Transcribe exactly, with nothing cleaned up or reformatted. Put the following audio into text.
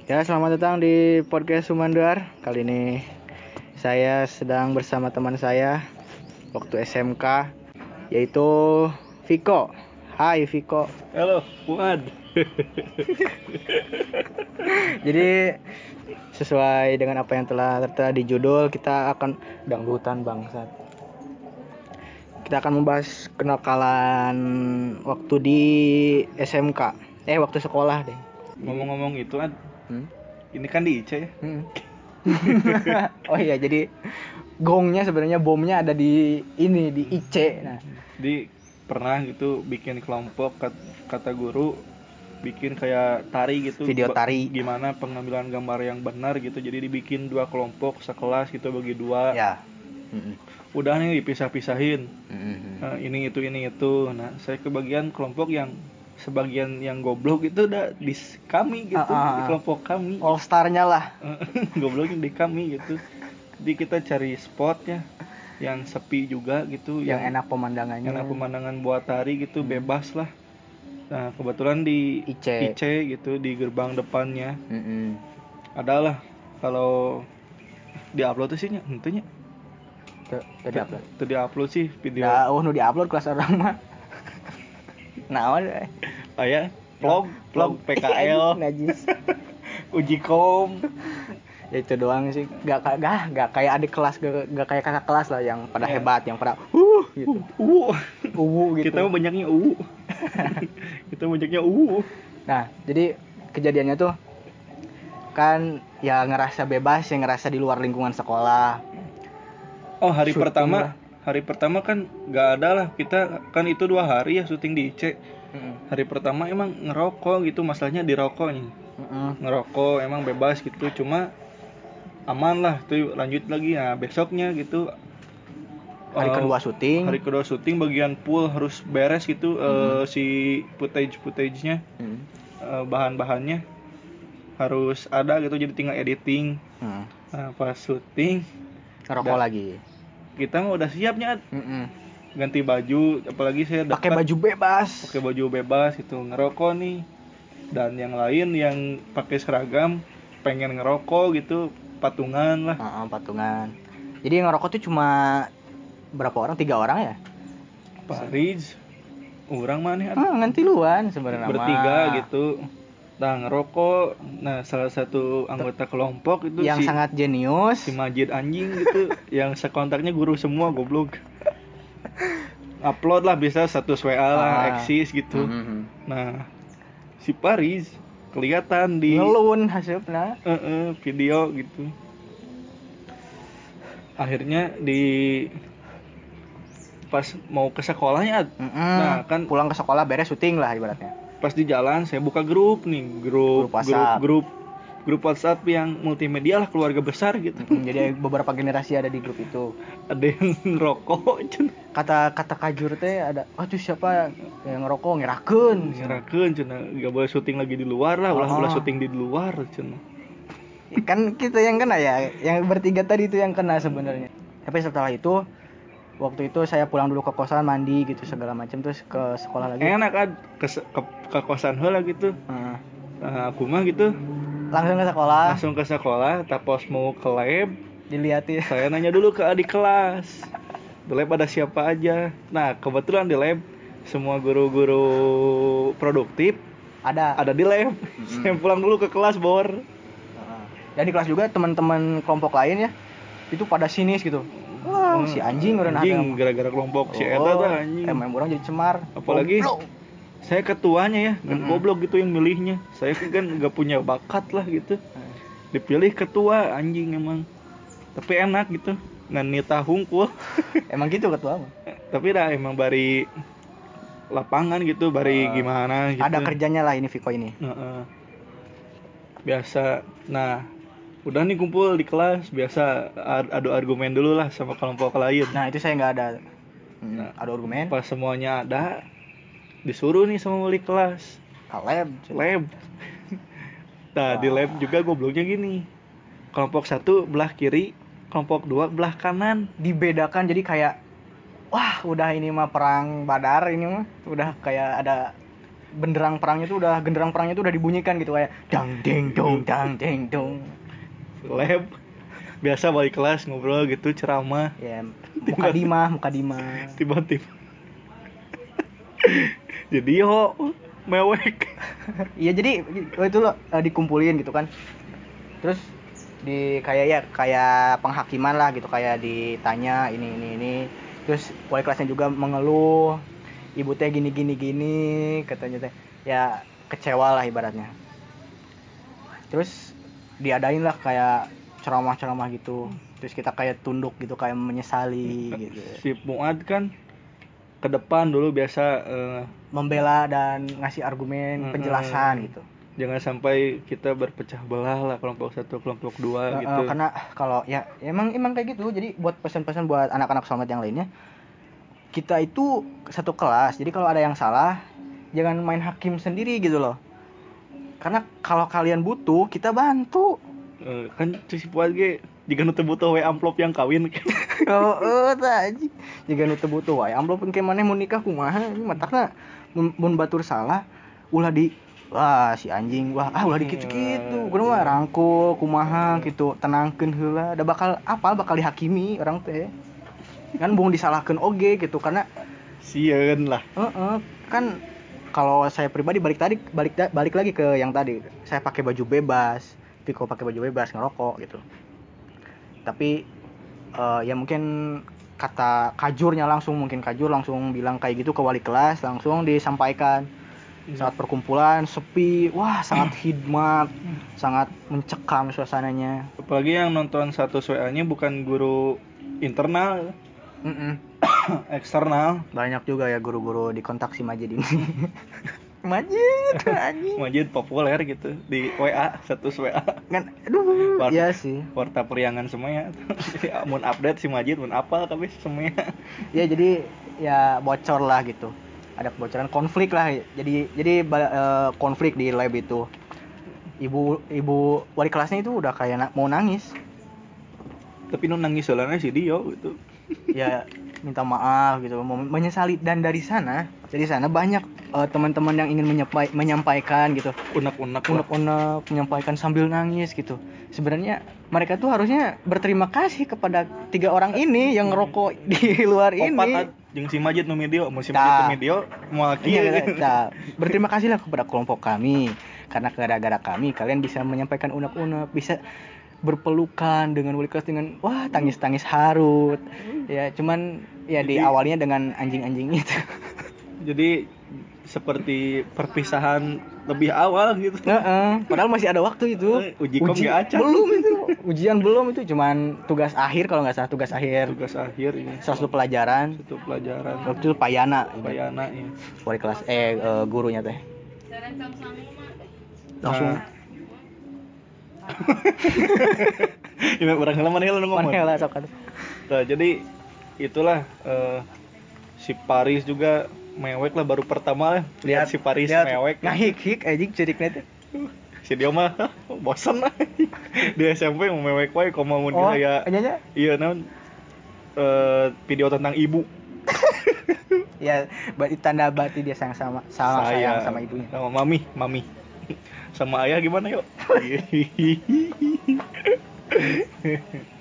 Ya, selamat datang di podcast Sumandar. Kali ini saya sedang bersama teman saya waktu S M K, yaitu Viko. Hai Viko. Halo, Fuad. Jadi sesuai dengan apa yang telah tertera di judul, kita akan dangdutan bangsat. Kita akan membahas kenakalan waktu di S M K. Eh, waktu sekolah deh. Ngomong-ngomong itu, Ad, Hmm? ini kan di I C ya. Hmm. Oh iya, jadi gongnya sebenarnya bomnya ada di ini di I C. Nah, Di pernah gitu bikin kelompok kat- kata guru bikin kayak tari gitu. Video ba- tari. Gimana pengambilan gambar yang benar gitu. Jadi dibikin dua kelompok sekelas gitu bagi dua. ya. Mm-mm. Udah nih dipisah-pisahin. Mm-mm. Nah, ini itu ini itu. Nah, saya kebagian kelompok yang sebagian yang goblok itu udah di s- kami gitu, Ah, ah, di ah. kelompok kami. All star-nya lah. Gobloknya di kami gitu. Jadi kita cari spot ya yang sepi juga gitu, Yang yang enak pemandangannya. enak pemandangan buat tari gitu, Hmm. bebas lah. Nah kebetulan di I C. I C gitu, di gerbang depannya Mm-mm. adalah kalau di upload tuh sih tentunya Tuh, tuh di-upload. tuh di upload sih video Dah, oh nu di-upload kelas orang mah. Nah, deh. kayak vlog vlog P K L Najis. uji kom. Ya itu doang sih. Gak gak gak kayak adik kelas, gak, gak kayak kakak kelas lah yang pada Ya. hebat, yang pada uh gitu. Uh, Uwu gitu. kita mah banyaknya uh kita banyaknya uh Nah, jadi kejadiannya tuh kan ya ngerasa bebas, ya ngerasa di luar lingkungan sekolah. Oh hari Syuting pertama lah. hari pertama kan nggak ada lah, kita kan itu dua hari ya syuting di I C. Mm-mm. Hari pertama emang ngerokok gitu, masalahnya di rokoknya. Mm-mm. Ngerokok emang bebas gitu, cuma aman lah tuh, lanjut lagi. Nah besoknya gitu Hari eh, kedua syuting. hari kedua syuting bagian pool harus beres gitu, eh, Mm-mm. si footage footage-nya, Mm. eh, bahan-bahannya harus ada gitu, jadi tinggal editing. Mm. Nah pas syuting Ngerokok da- lagi. kita mah udah siapnya Mm-mm. ganti baju, apalagi saya Pakai dekat baju bebas. pakai baju bebas gitu, ngerokok nih. Dan yang lain yang pakai seragam pengen ngerokok gitu, patungan lah. Uh-uh, patungan. Jadi ngerokok tuh cuma berapa orang? Tiga orang ya? Paris orang mana Ah, nganti luan sebenarnya bertiga mah. gitu. Nah ngerokok, nah salah satu anggota kelompok itu Yang si sangat jenius. si Majid anjing gitu, yang sekontaknya guru semua goblok. Upload lah bisa satu W A lah, Ah. eksis gitu. Mm-hmm. Nah si Paris kelihatan di Ngelun hasilnya. eh, eh, video gitu. Akhirnya di pas mau ke sekolahnya, Mm-mm. nah kan Pulang ke sekolah beres syuting lah ibaratnya. pas di jalan saya buka grup nih, grup Grup grup WhatsApp. grup grup WhatsApp yang multimedia lah, keluarga besar gitu. Mm-mm. Jadi beberapa generasi ada di grup itu. Ada yang ngerokok, cen. Kata kata kajur teh ada, oh tuh siapa yang ngerokok ngerakeun. Ngerakeun cina, nggak boleh syuting lagi di luar lah, ulah Oh. ulah syuting di luar cina. Kan kita yang kena ya, yang bertiga tadi itu yang kena sebenarnya. Tapi setelah itu, waktu itu saya pulang dulu ke kosan, mandi gitu segala macam, terus ke sekolah lagi. Enak kan ke, ke, ke kosan heula gitu. Hmm. Nah, aku mah gitu Langsung ke sekolah. langsung ke sekolah, tapos mau ke lab, Dilihatin. saya nanya dulu ke adik kelas, di lab ada siapa aja. Nah kebetulan di lab semua guru-guru produktif Ada. ada di lab. Mm-hmm. Saya pulang dulu ke kelas bor. Dan di kelas juga teman-teman kelompok lain ya, itu pada sinis gitu. Wah, Oh, si anjing udah anjing gara-gara kelompok si Eta oh, tuh anjing. emang orang jadi cemar. Apalagi Goblok. saya ketuanya ya, kan Mm-mm. goblok gitu yang milihnya. Saya kan nggak punya bakat lah gitu. Dipilih ketua anjing emang. Tapi enak gitu. Nganita hungkul. Emang gitu ketua mah. Tapi dah emang bari lapangan gitu, bari Uh, gimana gitu. Ada kerjanya lah ini Viko ini. Uh-uh. Biasa. Nah, udah nih kumpul di kelas, biasa adu argumen dulu lah sama kelompok lain. Nah, itu saya nggak ada. Hmm, Nah, ada argumen. pas semuanya ada, disuruh nih sama wali kelas Ke lab. lab. Nah, Wah. di lab juga gobloknya gini. Kelompok satu belah kiri, kelompok dua belah kanan. Dibedakan jadi kayak, wah udah ini mah perang Badar ini mah. Udah kayak ada benderang perangnya tuh udah genderang perangnya tuh udah dibunyikan gitu kayak dang deng dong dang deng dong. Lab biasa balik kelas ngobrol gitu ceramah. Ya, muka dimah, muka dimah. Tiba-tiba. Jadi yo mewek. Iya jadi itu loh uh, dikumpulin gitu kan. Terus di kayak ya kayak penghakiman lah gitu, kayak ditanya ini ini ini. Terus wali kelasnya juga mengeluh, ibu teh gini gini gini katanya teh. Ya kecewa lah ibaratnya. Terus diadain lah kayak ceramah-ceramah gitu. Terus kita kayak tunduk gitu, kayak menyesali gitu. Si Muad kan ke depan dulu biasa uh, membela dan ngasih argumen, penjelasan gitu. Jangan sampai kita berpecah belah lah, kelompok satu, kelompok dua uh, gitu. Uh, karena kalau ya emang emang kayak gitu. Jadi buat pesan-pesan buat anak-anak Solmed yang lainnya, kita itu satu kelas. Jadi kalau ada yang salah, jangan main hakim sendiri gitu loh. Karena kalau kalian butuh, kita bantu. Uh, kan si Puat ge jika nu teu butuh we amplop yang kawin. Oh, oh tah anjing. Jika nu teu butuh we amplop engke maneh mun nikah kumaha? Ini matakna mun batur salah ulah di wah si anjing wah ah ulah dikitu-kitu kudu mah rangkul kumaha gitu, tenangkeun heula, da bakal apal bakal dihakimi orang teh kan, bung disalahkeun oge gitu. Karena sieun lah heeh uh, kan kalau saya pribadi balik tadi balik balik lagi ke yang tadi, saya pakai baju bebas, Viko pakai baju bebas ngerokok gitu. Tapi uh, ya mungkin kata kajurnya langsung mungkin kajur langsung bilang kayak gitu ke wali kelas, langsung disampaikan saat perkumpulan sepi, wah sangat hikmat, sangat mencekam suasananya. Apalagi yang nonton satu W A-nya bukan guru internal, eksternal. Banyak juga ya guru-guru dikontak si Majid ini. Majid, anjing. Majid populer gitu di W A, status W A. Kan, aduh, Warta, iya sih. Warta Priangan semuanya. Mun update si Majid, mun apal tapi semuanya. Ya jadi ya bocor lah gitu. Ada kebocoran, konflik lah. Jadi jadi uh, konflik di lab itu. Ibu ibu wali kelasnya itu udah kayak na- mau nangis. Tapi nu nangis soalnya si Dio gitu. Ya minta maaf gitu, menyesali. Dan dari sana, dari sana banyak uh, teman-teman yang ingin menyampai, menyampaikan gitu. Unek-unek unek-unek menyampaikan sambil nangis gitu. Sebenarnya mereka tuh harusnya berterima kasih kepada tiga orang ini yang ngerokok di luar ini. Opat jeung si Majid nu video, mun si Majid nu video moal kieu gitu. Berterima kasihlah kepada kelompok kami karena gara-gara kami kalian bisa menyampaikan unek-unek, bisa berpelukan dengan wali kelas dengan wah tangis-tangis harut. Ya cuman ya jadi, di awalnya dengan anjing-anjing itu. Jadi seperti perpisahan lebih awal gitu. Uh-uh. Padahal masih ada waktu itu. Uji kom Uji, gak acak. Belum itu. Ujian belum itu, cuman tugas akhir kalau nggak salah, tugas akhir. Tugas akhir ini. Satu pelajaran. Satu pelajaran. Waktu itu Payana. Payana ya. Wali kelas eh uh, gurunya teh. Langsung. Nah. Ini orang heula mana heula ngomong. Mana heula sok atuh. Nah, jadi itulah uh, si Paris juga mewek lah baru pertama lah lihat si Paris lihat, mewek ngahik-hik anjing ceriknya teh. Si dia mah bosan lah di S M P mau mewek wae komo mun oh, ya iya naon uh, video tentang ibu. Ya berarti tanda berarti dia sayang sama sama sayang sama ibunya, sama mami mami sama ayah gimana yuk.